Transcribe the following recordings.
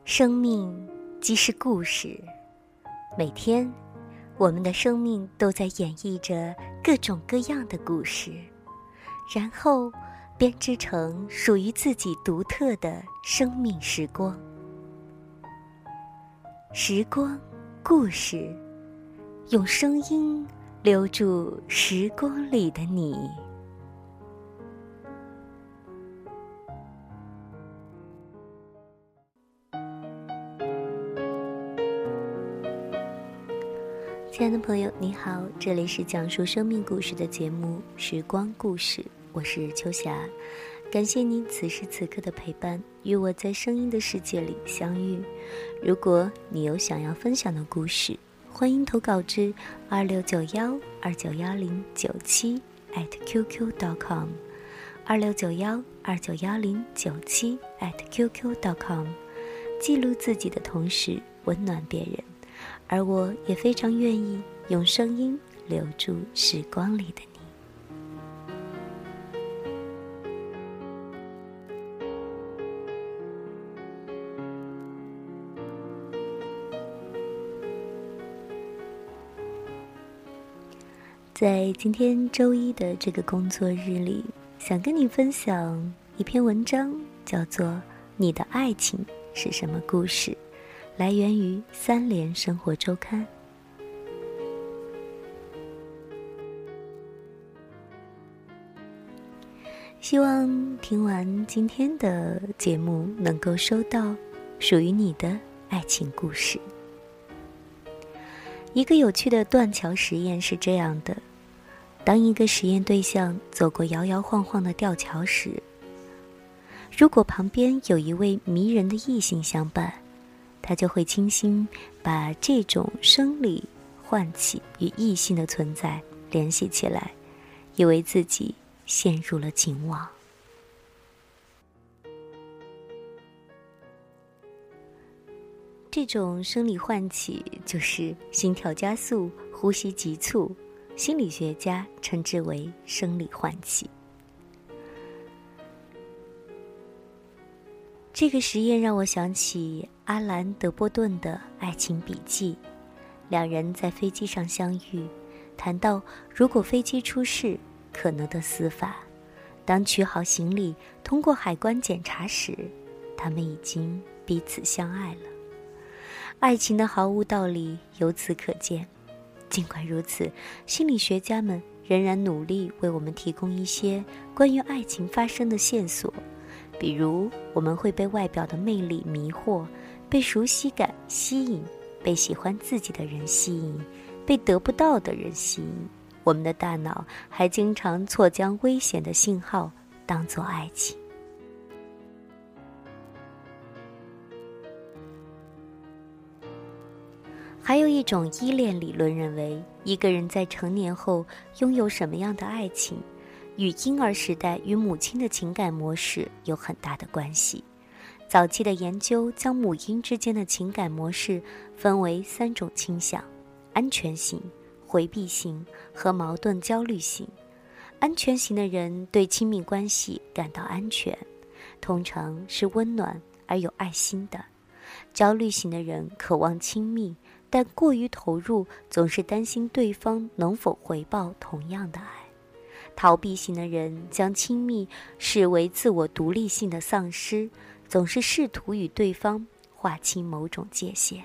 生命即是故事，每天我们的生命都在演绎着各种各样的故事，然后编织成属于自己独特的生命时光。时光，故事，用声音留住时光里的你。亲爱的朋友，你好，这里是讲述生命故事的节目《时光故事》，我是秋霞，感谢你此时此刻的陪伴，与我在声音的世界里相遇。如果你有想要分享的故事，欢迎投稿至2691291097@qq.com2691291097@qq.com 记录自己的同时温暖别人，而我也非常愿意用声音留住时光里的你。在今天周一的这个工作日里，想跟你分享一篇文章，叫做《你的爱情是什么故事》，来源于三联生活周刊。希望听完今天的节目，能够收到属于你的爱情故事。一个有趣的断桥实验是这样的：当一个实验对象走过摇摇晃晃的吊桥时，如果旁边有一位迷人的异性相伴，他就会轻轻把这种生理唤起与异性的存在联系起来，以为自己陷入了情网。这种生理唤起就是心跳加速、呼吸急促，心理学家称之为生理唤起。这个实验让我想起阿兰·德波顿的爱情笔记。两人在飞机上相遇，谈到如果飞机出事可能的死法。当取好行李通过海关检查时，他们已经彼此相爱了。爱情的毫无道理由此可见。尽管如此，心理学家们仍然努力为我们提供一些关于爱情发生的线索，比如我们会被外表的魅力迷惑，被熟悉感吸引，被喜欢自己的人吸引，被得不到的人吸引。我们的大脑还经常错将危险的信号当作爱情。还有一种依恋理论认为，一个人在成年后拥有什么样的爱情，与婴儿时代与母亲的情感模式有很大的关系。早期的研究将母婴之间的情感模式分为3种倾向：安全型、回避型和矛盾焦虑型。安全型的人对亲密关系感到安全，通常是温暖而有爱心的。焦虑型的人渴望亲密，但过于投入，总是担心对方能否回报同样的爱。逃避型的人将亲密视为自我独立性的丧失，总是试图与对方划清某种界限。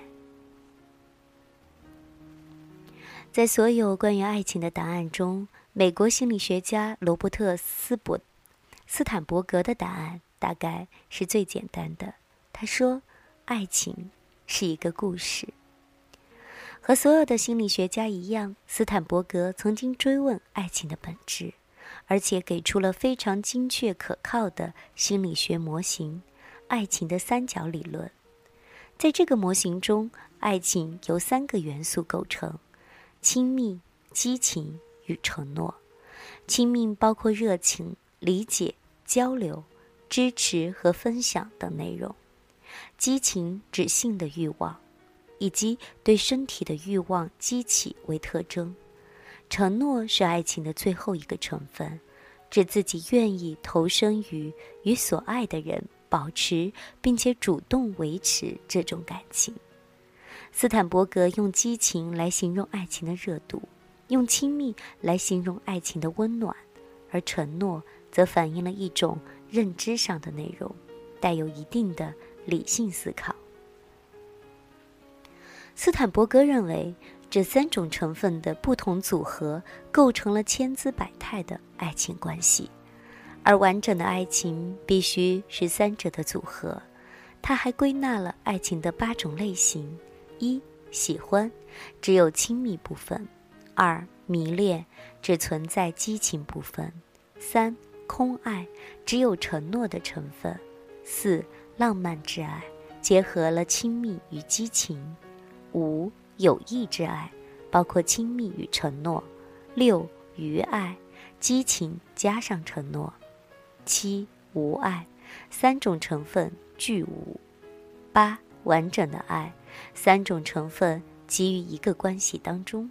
在所有关于爱情的答案中，美国心理学家罗伯特斯坦伯格的答案大概是最简单的。他说，爱情是一个故事。和所有的心理学家一样，斯坦伯格曾经追问爱情的本质，而且给出了非常精确可靠的心理学模型——爱情的3角理论。在这个模型中，爱情由3个元素构成：亲密、激情与承诺。亲密包括热情、理解、交流、支持和分享等内容。激情指性的欲望，以及对身体的欲望激起为特征。承诺是爱情的最后一个成分，指自己愿意投身于与所爱的人保持并且主动维持这种感情。斯坦伯格用激情来形容爱情的热度，用亲密来形容爱情的温暖，而承诺则反映了一种认知上的内容，带有一定的理性思考。斯坦伯格认为，这3种成分的不同组合构成了千姿百态的爱情关系，而完整的爱情必须是3者的组合。他还归纳了爱情的8种类型：1. 喜欢，只有亲密部分； 2. 迷恋，只存在激情部分； 3. 空爱，只有承诺的成分； 4. 浪漫之爱，结合了亲密与激情； 5. 有益之爱，包括亲密与承诺； 6. 余爱，激情加上承诺； 7. 无爱，3种成分俱无； 8. 完整的爱，3种成分集于一个关系当中。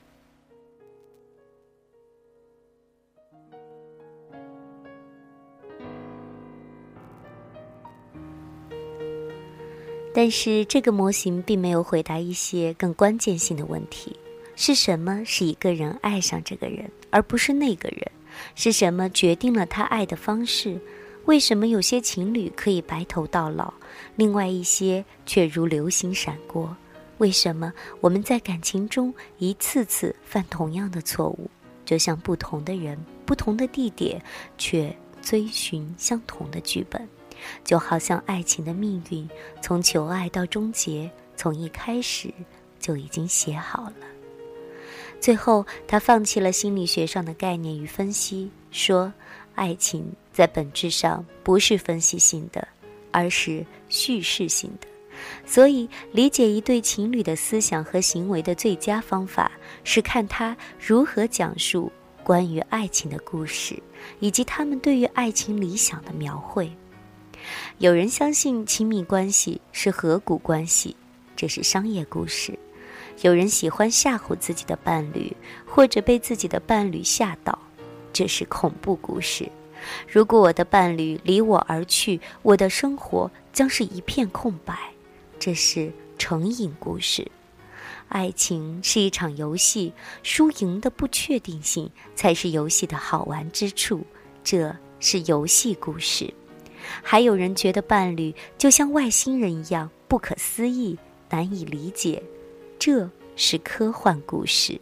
但是这个模型并没有回答一些更关键性的问题：是什么使一个人爱上这个人，而不是那个人？是什么决定了他爱的方式？为什么有些情侣可以白头到老，另外一些却如流星闪过？为什么我们在感情中一次次犯同样的错误，就像不同的人、不同的地点，却追寻相同的剧本？就好像爱情的命运，从求爱到终结，从一开始就已经写好了。最后，他放弃了心理学上的概念与分析，说爱情在本质上不是分析性的，而是叙事性的。所以，理解一对情侣的思想和行为的最佳方法，是看他如何讲述关于爱情的故事，以及他们对于爱情理想的描绘。有人相信亲密关系是合股关系，这是商业故事；有人喜欢吓唬自己的伴侣，或者被自己的伴侣吓倒，这是恐怖故事。如果我的伴侣离我而去，我的生活将是一片空白，这是成瘾故事。爱情是一场游戏，输赢的不确定性才是游戏的好玩之处，这是游戏故事。还有人觉得伴侣就像外星人一样不可思议，难以理解，这是科幻故事。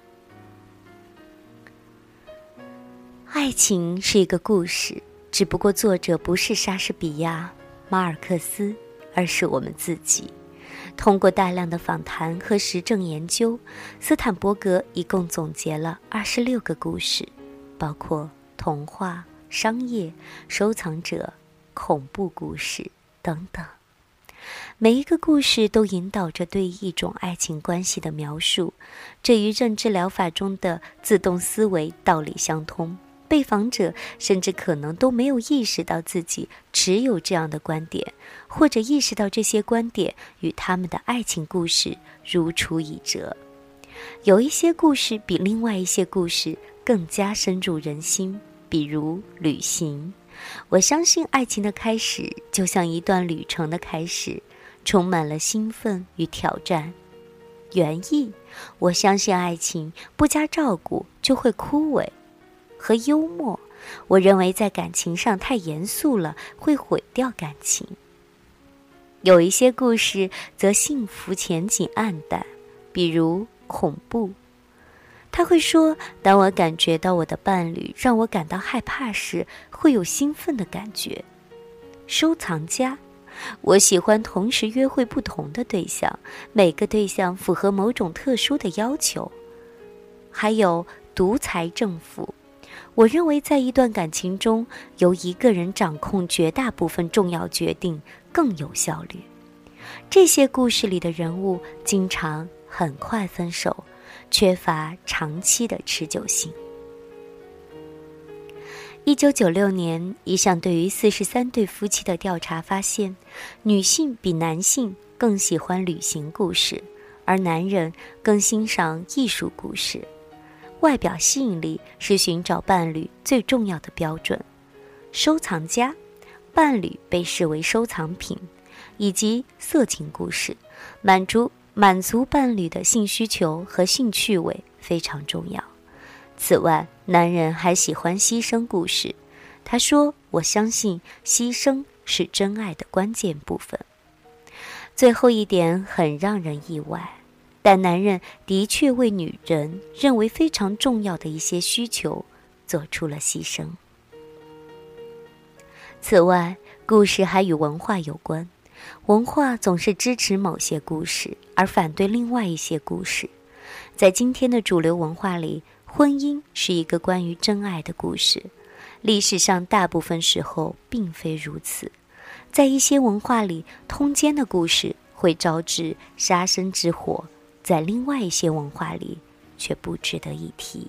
爱情是一个故事，只不过作者不是莎士比亚、马尔克斯，而是我们自己。通过大量的访谈和实证研究，斯坦伯格一共总结了26个故事，包括童话、商业、收藏者、恐怖故事等等。每一个故事都引导着对一种爱情关系的描述，这与认知疗法中的自动思维道理相通。被访者甚至可能都没有意识到自己持有这样的观点，或者意识到这些观点与他们的爱情故事如出一辙。有一些故事比另外一些故事更加深入人心，比如旅行。我相信爱情的开始就像一段旅程的开始，充满了兴奋与挑战。原意，我相信爱情不加照顾就会枯萎。和幽默，我认为在感情上太严肃了，会毁掉感情。有一些故事则幸福前景暗淡，比如恐怖。他会说，当我感觉到我的伴侣让我感到害怕时，会有兴奋的感觉。收藏家，我喜欢同时约会不同的对象，每个对象符合某种特殊的要求。还有独裁政府，我认为在一段感情中，由一个人掌控绝大部分重要决定更有效率。这些故事里的人物经常很快分手，缺乏长期的持久性。1996年，一项对于43对夫妻的调查发现，女性比男性更喜欢旅行故事，而男人更欣赏艺术故事。外表吸引力是寻找伴侣最重要的标准。收藏家， 伴侣被视为收藏品，以及色情故事，满足伴侣的性需求和性趣味非常重要。此外，男人还喜欢牺牲故事。他说：“我相信牺牲是真爱的关键部分。”最后一点很让人意外，但男人的确为女人认为非常重要的一些需求做出了牺牲。此外，故事还与文化有关，文化总是支持某些故事，而反对另外一些故事。在今天的主流文化里，婚姻是一个关于真爱的故事，历史上大部分时候并非如此。在一些文化里，通奸的故事会招致杀身之祸，在另外一些文化里却不值得一提。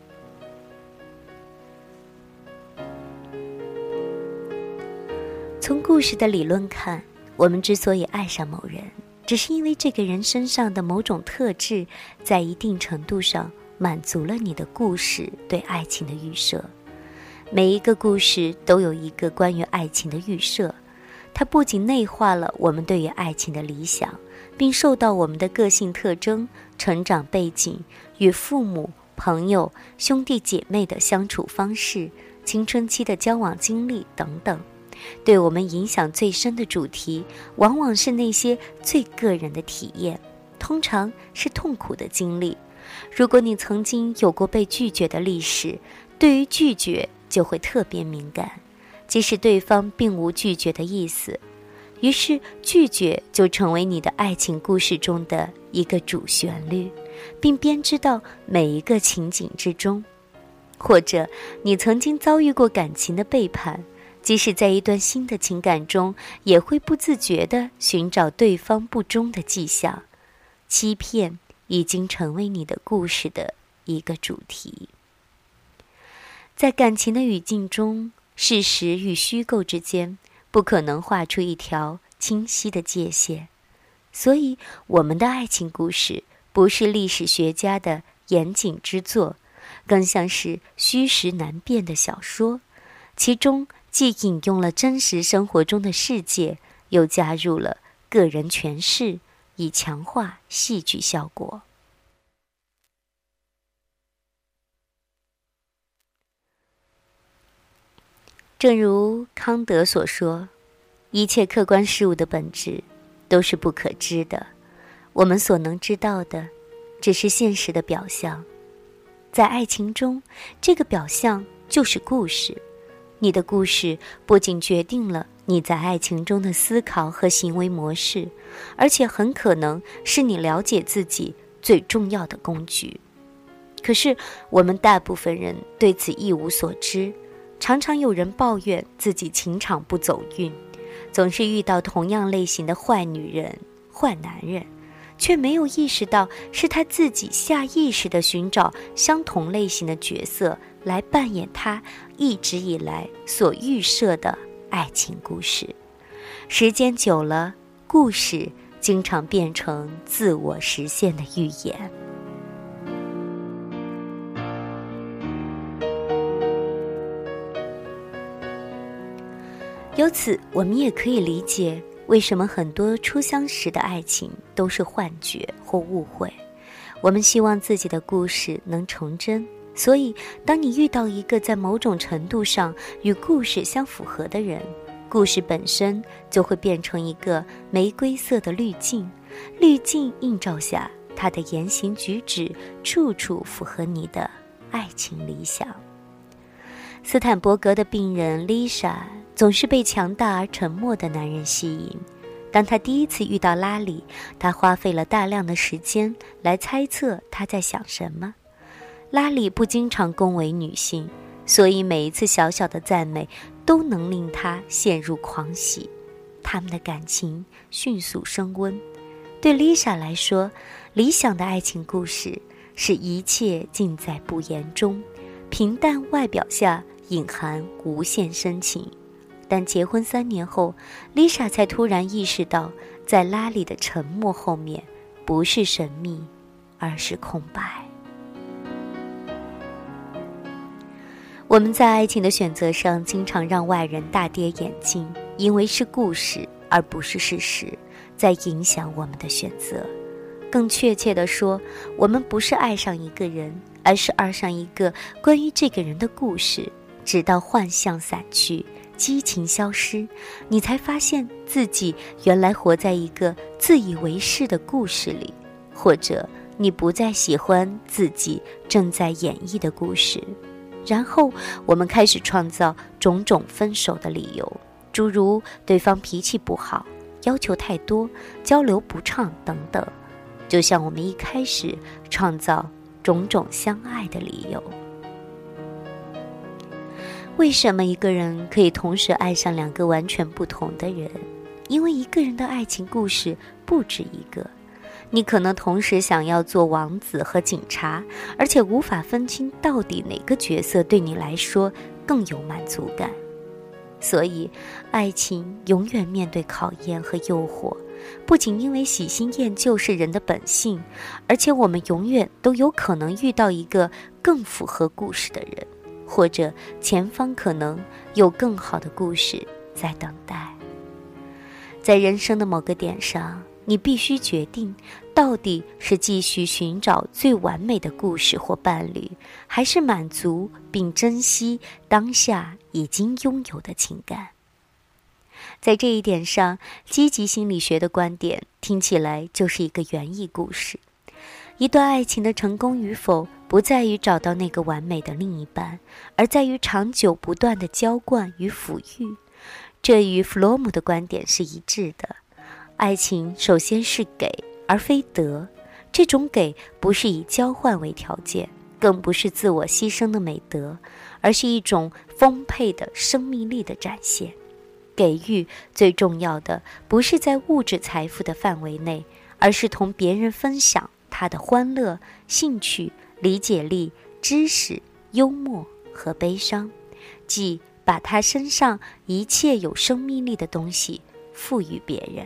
从故事的理论看，我们之所以爱上某人，只是因为这个人身上的某种特质在一定程度上满足了你的故事对爱情的预设。每一个故事都有一个关于爱情的预设，它不仅内化了我们对于爱情的理想，并受到我们的个性特征、成长背景、与父母、朋友、兄弟姐妹的相处方式、青春期的交往经历等等。对我们影响最深的主题，往往是那些最个人的体验，通常是痛苦的经历。如果你曾经有过被拒绝的历史，对于拒绝就会特别敏感，即使对方并无拒绝的意思。于是拒绝就成为你的爱情故事中的一个主旋律，并编织到每一个情景之中。或者你曾经遭遇过感情的背叛，即使在一段新的情感中，也会不自觉地寻找对方不忠的迹象。欺骗已经成为你的故事的一个主题。在感情的语境中，事实与虚构之间不可能画出一条清晰的界限，所以我们的爱情故事不是历史学家的严谨之作，更像是虚实难辨的小说，其中既引用了真实生活中的世界，又加入了个人诠释，以强化戏剧效果。正如康德所说，一切客观事物的本质都是不可知的，我们所能知道的只是现实的表象。在爱情中，这个表象就是故事。你的故事不仅决定了你在爱情中的思考和行为模式，而且很可能是你了解自己最重要的工具。可是我们大部分人对此一无所知，常常有人抱怨自己情场不走运，总是遇到同样类型的坏女人、坏男人，却没有意识到是他自己下意识地寻找相同类型的角色来扮演他一直以来所预设的爱情故事。时间久了，故事经常变成自我实现的预言。由此，我们也可以理解为什么很多初相识的爱情都是幻觉或误会。我们希望自己的故事能成真，所以当你遇到一个在某种程度上与故事相符合的人，故事本身就会变成一个玫瑰色的滤镜，滤镜映照下他的言行举止处处符合你的爱情理想。斯坦伯格的病人丽莎总是被强大而沉默的男人吸引。当他第一次遇到拉里，他花费了大量的时间来猜测他在想什么。拉里不经常恭维女性，所以每一次小小的赞美都能令他陷入狂喜。他们的感情迅速升温。对丽莎来说，理想的爱情故事是一切尽在不言中，平淡外表下隐含无限深情。但结婚3年后，丽莎才突然意识到，在拉里的沉默后面，不是神秘，而是空白。 我们在爱情的选择上经常让外人大跌眼镜，因为是故事而不是事实，在影响我们的选择。更确切地说，我们不是爱上一个人，而是爱上一个关于这个人的故事，直到幻象散去，激情消失，你才发现自己原来活在一个自以为是的故事里，或者你不再喜欢自己正在演绎的故事。然后我们开始创造种种分手的理由，诸如对方脾气不好、要求太多、交流不畅等等，就像我们一开始创造种种相爱的理由。为什么一个人可以同时爱上两个完全不同的人？因为一个人的爱情故事不止一个。你可能同时想要做王子和警察，而且无法分清到底哪个角色对你来说更有满足感。所以，爱情永远面对考验和诱惑，不仅因为喜新厌旧是人的本性，而且我们永远都有可能遇到一个更符合故事的人，或者前方可能有更好的故事在等待。在人生的某个点上，你必须决定，到底是继续寻找最完美的故事或伴侣，还是满足并珍惜当下已经拥有的情感。在这一点上，积极心理学的观点听起来就是一个园艺故事。一段爱情的成功与否，不在于找到那个完美的另一半，而在于长久不断的浇灌与抚育。这与弗洛姆的观点是一致的。爱情首先是给而非得，这种给不是以交换为条件，更不是自我牺牲的美德，而是一种丰沛的生命力的展现。给予最重要的不是在物质财富的范围内，而是同别人分享他的欢乐、兴趣、理解力、知识、幽默和悲伤，即把他身上一切有生命力的东西赋予别人。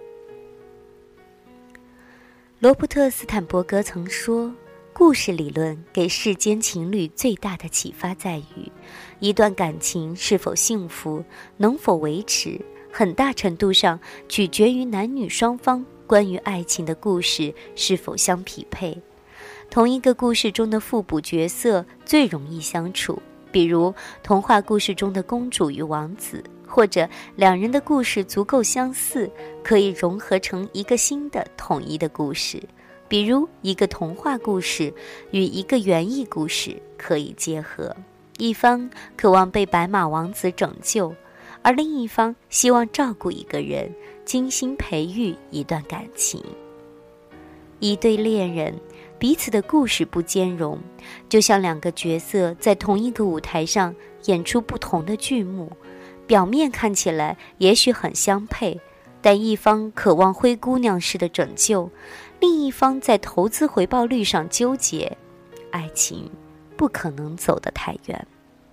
罗伯特·斯坦伯格曾说，故事理论给世间情侣最大的启发在于，一段感情是否幸福、能否维持，很大程度上取决于男女双方关于爱情的故事是否相匹配。同一个故事中的互补角色最容易相处，比如童话故事中的公主与王子，或者两人的故事足够相似，可以融合成一个新的统一的故事，比如一个童话故事与一个园艺故事可以结合，一方渴望被白马王子拯救，而另一方希望照顾一个人，精心培育一段感情。一对恋人彼此的故事不兼容，就像两个角色在同一个舞台上演出不同的剧目，表面看起来也许很相配，但一方渴望灰姑娘式的拯救，另一方在投资回报率上纠结，爱情不可能走得太远。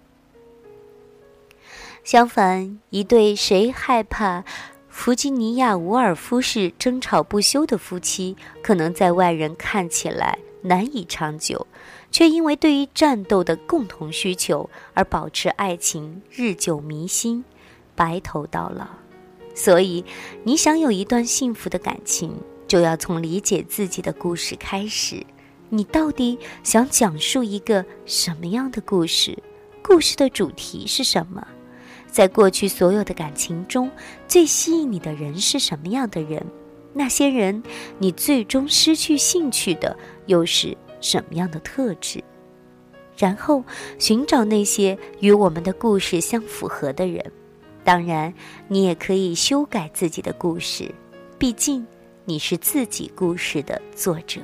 相反，一对谁害怕弗吉尼亚·伍尔夫式争吵不休的夫妻，可能在外人看起来难以长久，却因为对于战斗的共同需求而保持爱情日久弥新，白头到老。所以，你想有一段幸福的感情，就要从理解自己的故事开始。你到底想讲述一个什么样的故事？故事的主题是什么？在过去所有的感情中，最吸引你的人是什么样的人？那些人，你最终失去兴趣的又是什么样的特质？然后寻找那些与我们的故事相符合的人。当然，你也可以修改自己的故事，毕竟你是自己故事的作者。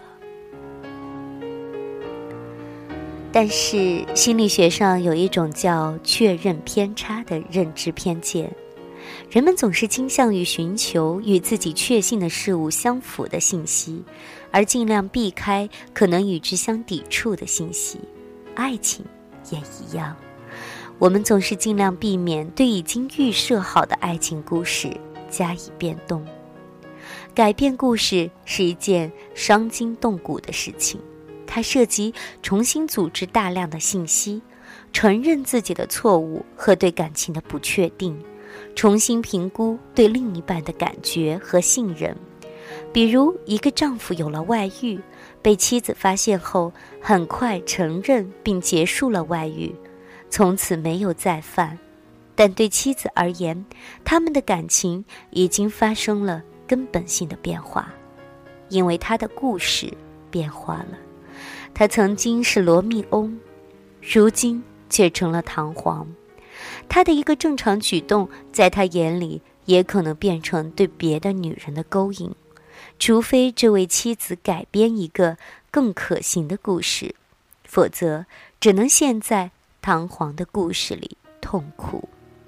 但是心理学上有一种叫确认偏差的认知偏见，人们总是倾向于寻求与自己确信的事物相符的信息，而尽量避开可能与之相抵触的信息。爱情也一样，我们总是尽量避免对已经预设好的爱情故事加以变动。改变故事是一件伤筋动骨的事情，它涉及重新组织大量的信息， 承认自己的错误和对感情的不确定，重新评估对另一半的感觉和信任。比如一个丈夫有了外遇，被妻子发现后，很快承认并结束了外遇，从此没有再犯。但对妻子而言，他们的感情已经发生了根本性的变化，因为他的故事变化了。他曾经是罗密欧，如今却成了唐璜。他的一个正常举动，在他眼里也可能变成对别的女人的勾引，除非这位妻子改编一个更可行的故事，否则只能陷在唐璜的故事里痛苦。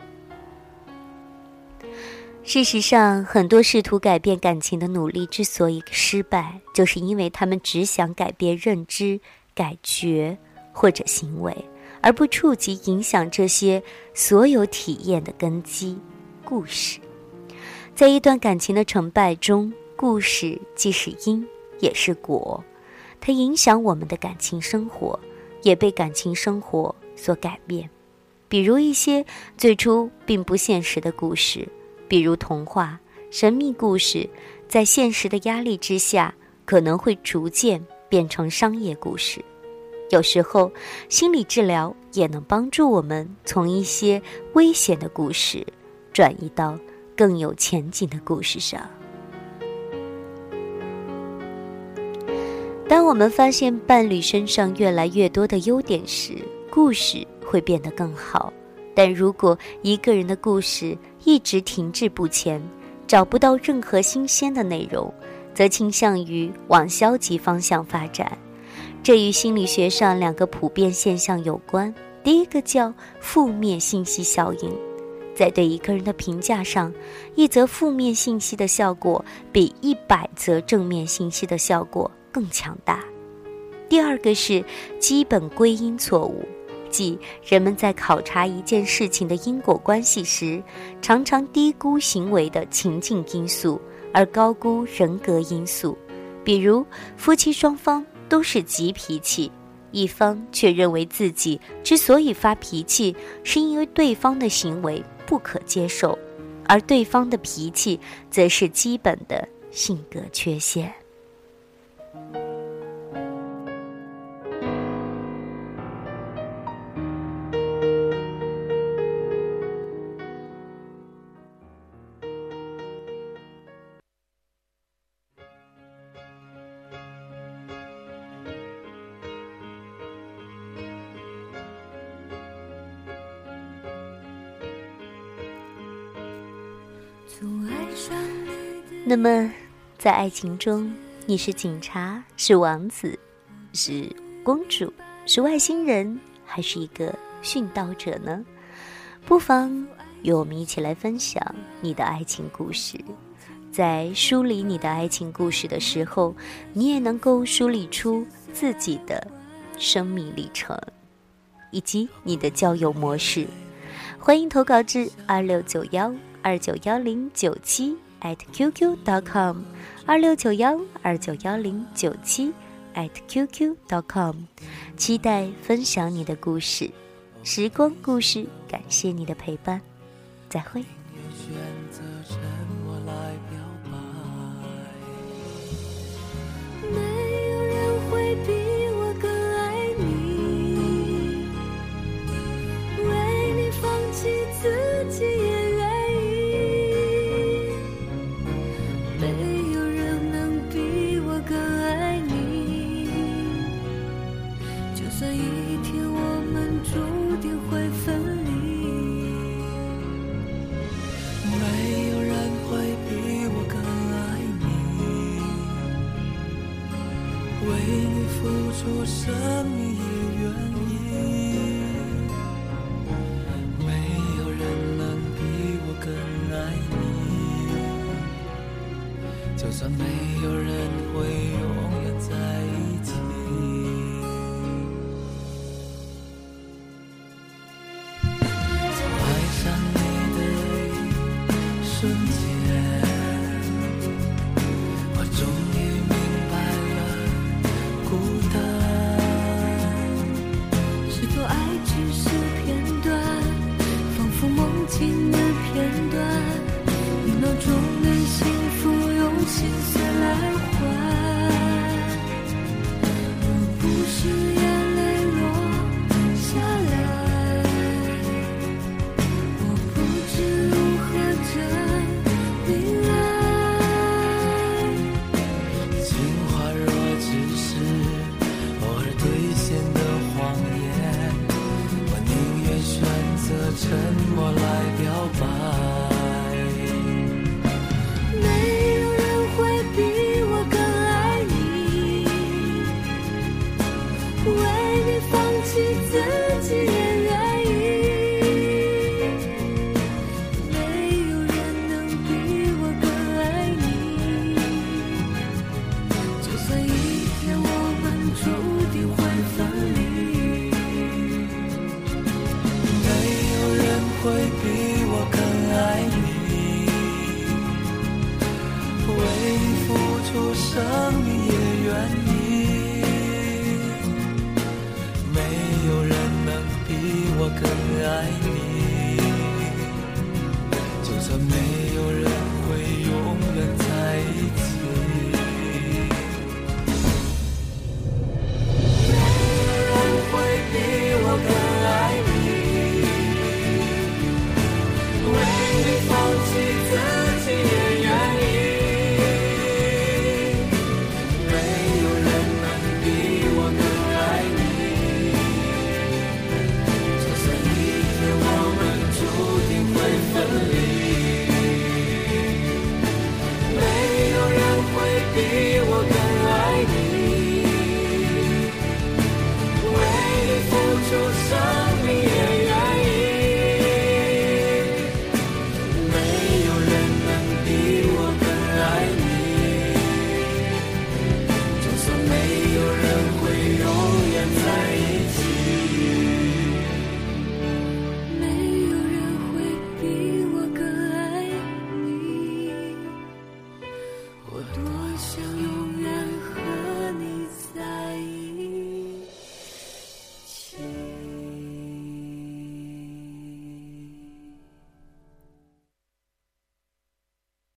事实上，很多试图改变感情的努力之所以失败，就是因为他们只想改变认知、感觉或者行为，而不触及影响这些所有体验的根基——故事。在一段感情的成败中，故事既是因也是果，它影响我们的感情生活，也被感情生活所改变。比如一些最初并不现实的故事，比如童话、神秘故事，在现实的压力之下，可能会逐渐变成商业故事。有时候，心理治疗也能帮助我们从一些危险的故事转移到更有前景的故事上。当我们发现伴侣身上越来越多的优点时，故事会变得更好。但如果一个人的故事一直停滞不前，找不到任何新鲜的内容，则倾向于往消极方向发展。这与心理学上两个普遍现象有关。第一个叫负面信息效应，在对一个人的评价上，一则负面信息的效果比100则正面信息的效果更强大。第二个是基本归因错误，即人们在考察一件事情的因果关系时，常常低估行为的情境因素，而高估人格因素。比如夫妻双方都是急脾气，一方却认为自己之所以发脾气，是因为对方的行为不可接受，而对方的脾气则是基本的性格缺陷。那么在爱情中，你是警察，是王子，是公主，是外星人，还是一个殉道者呢？不妨与我们一起来分享你的爱情故事。在梳理你的爱情故事的时候，你也能够梳理出自己的生命历程以及你的交友模式。欢迎投稿至2691291097@qq.com 2691291097@qq.com 期待分享你的故事。时光故事，感谢你的陪伴，再会。 没有人会比我更爱你，为你放弃自己也愿意，没有人能比我更爱你，就算一天我们注定会分离，没有人会比我更爱你，为你付出生命也愿意，没有人能比我更爱你，就算没有人会永远在一起。从爱上你的瞬间，我终于明白了孤单是否爱只是经的片段，你脑中的幸福用心碎来换。我不是眼泪落下来，我不知如何真明爱。情话若只是偶尔兑现的谎言，我宁愿选择沉默来表白。没有人会比我更爱你，为你放弃自己也愿意。没有人能比我更爱你，就算一天我们注定会分离，没有人会